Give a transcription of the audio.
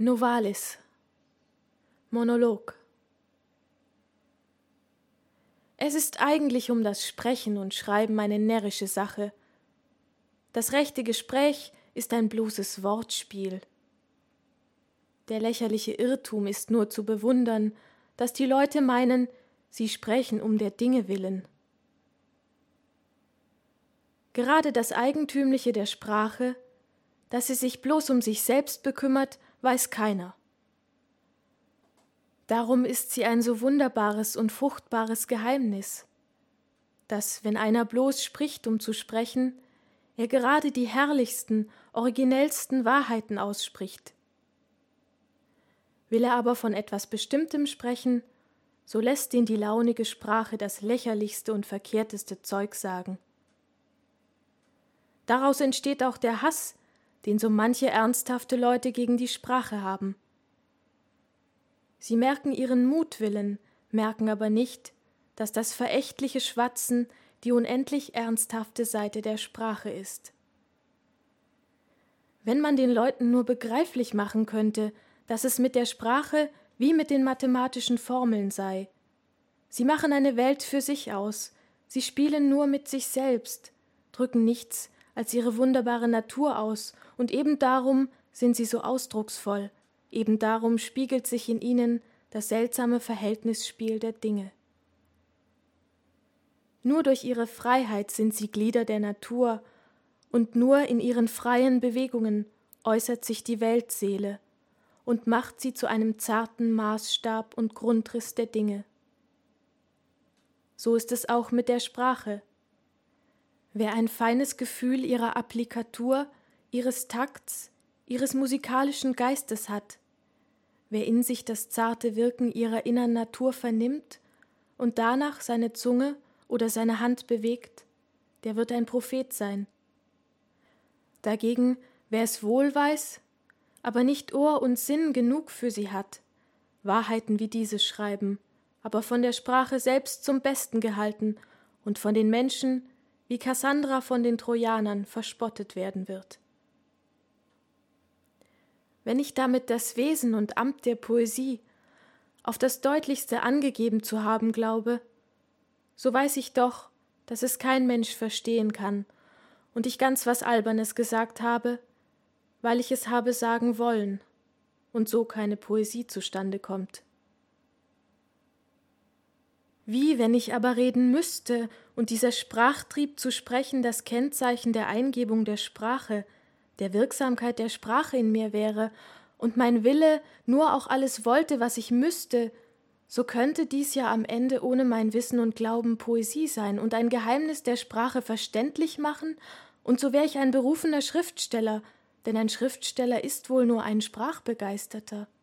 Novalis. Monolog. Es ist eigentlich um das Sprechen und Schreiben eine närrische Sache. Das rechte Gespräch ist ein bloßes Wortspiel. Der lächerliche Irrtum ist nur zu bewundern, dass die Leute meinen, sie sprechen um der Dinge willen. Gerade das Eigentümliche der Sprache, dass sie sich bloß um sich selbst bekümmert, weiß keiner. Darum ist sie ein so wunderbares und fruchtbares Geheimnis, dass, wenn einer bloß spricht, um zu sprechen, er gerade die herrlichsten, originellsten Wahrheiten ausspricht. Will er aber von etwas Bestimmtem sprechen, so lässt ihn die launige Sprache das lächerlichste und verkehrteste Zeug sagen. Daraus entsteht auch der Hass, den so manche ernsthafte Leute gegen die Sprache haben. Sie merken ihren Mutwillen, merken aber nicht, dass das verächtliche Schwatzen die unendlich ernsthafte Seite der Sprache ist. Wenn man den Leuten nur begreiflich machen könnte, dass es mit der Sprache wie mit den mathematischen Formeln sei. Sie machen eine Welt für sich aus, sie spielen nur mit sich selbst, drücken nichts als ihre wunderbare Natur aus, und eben darum sind sie so ausdrucksvoll, eben darum spiegelt sich in ihnen das seltsame Verhältnisspiel der Dinge. Nur durch ihre Freiheit sind sie Glieder der Natur, und nur in ihren freien Bewegungen äußert sich die Weltseele und macht sie zu einem zarten Maßstab und Grundriss der Dinge. So ist es auch mit der Sprache. Wer ein feines Gefühl ihrer Applikatur, ihres Takts, ihres musikalischen Geistes hat, wer in sich das zarte Wirken ihrer innern Natur vernimmt und danach seine Zunge oder seine Hand bewegt, der wird ein Prophet sein. Dagegen, wer es wohl weiß, aber nicht Ohr und Sinn genug für sie hat, Wahrheiten wie diese schreiben, aber von der Sprache selbst zum Besten gehalten und von den Menschen, wie Kassandra von den Trojanern, verspottet werden wird. Wenn ich damit das Wesen und Amt der Poesie auf das Deutlichste angegeben zu haben glaube, so weiß ich doch, dass es kein Mensch verstehen kann und ich ganz was Albernes gesagt habe, weil ich es habe sagen wollen und so keine Poesie zustande kommt. Wie, wenn ich aber reden müsste und dieser Sprachtrieb zu sprechen das Kennzeichen der Eingebung der Sprache, der Wirksamkeit der Sprache in mir wäre und mein Wille nur auch alles wollte, was ich müsste, so könnte dies ja am Ende ohne mein Wissen und Glauben Poesie sein und ein Geheimnis der Sprache verständlich machen, und so wäre ich ein berufener Schriftsteller, denn ein Schriftsteller ist wohl nur ein Sprachbegeisterter.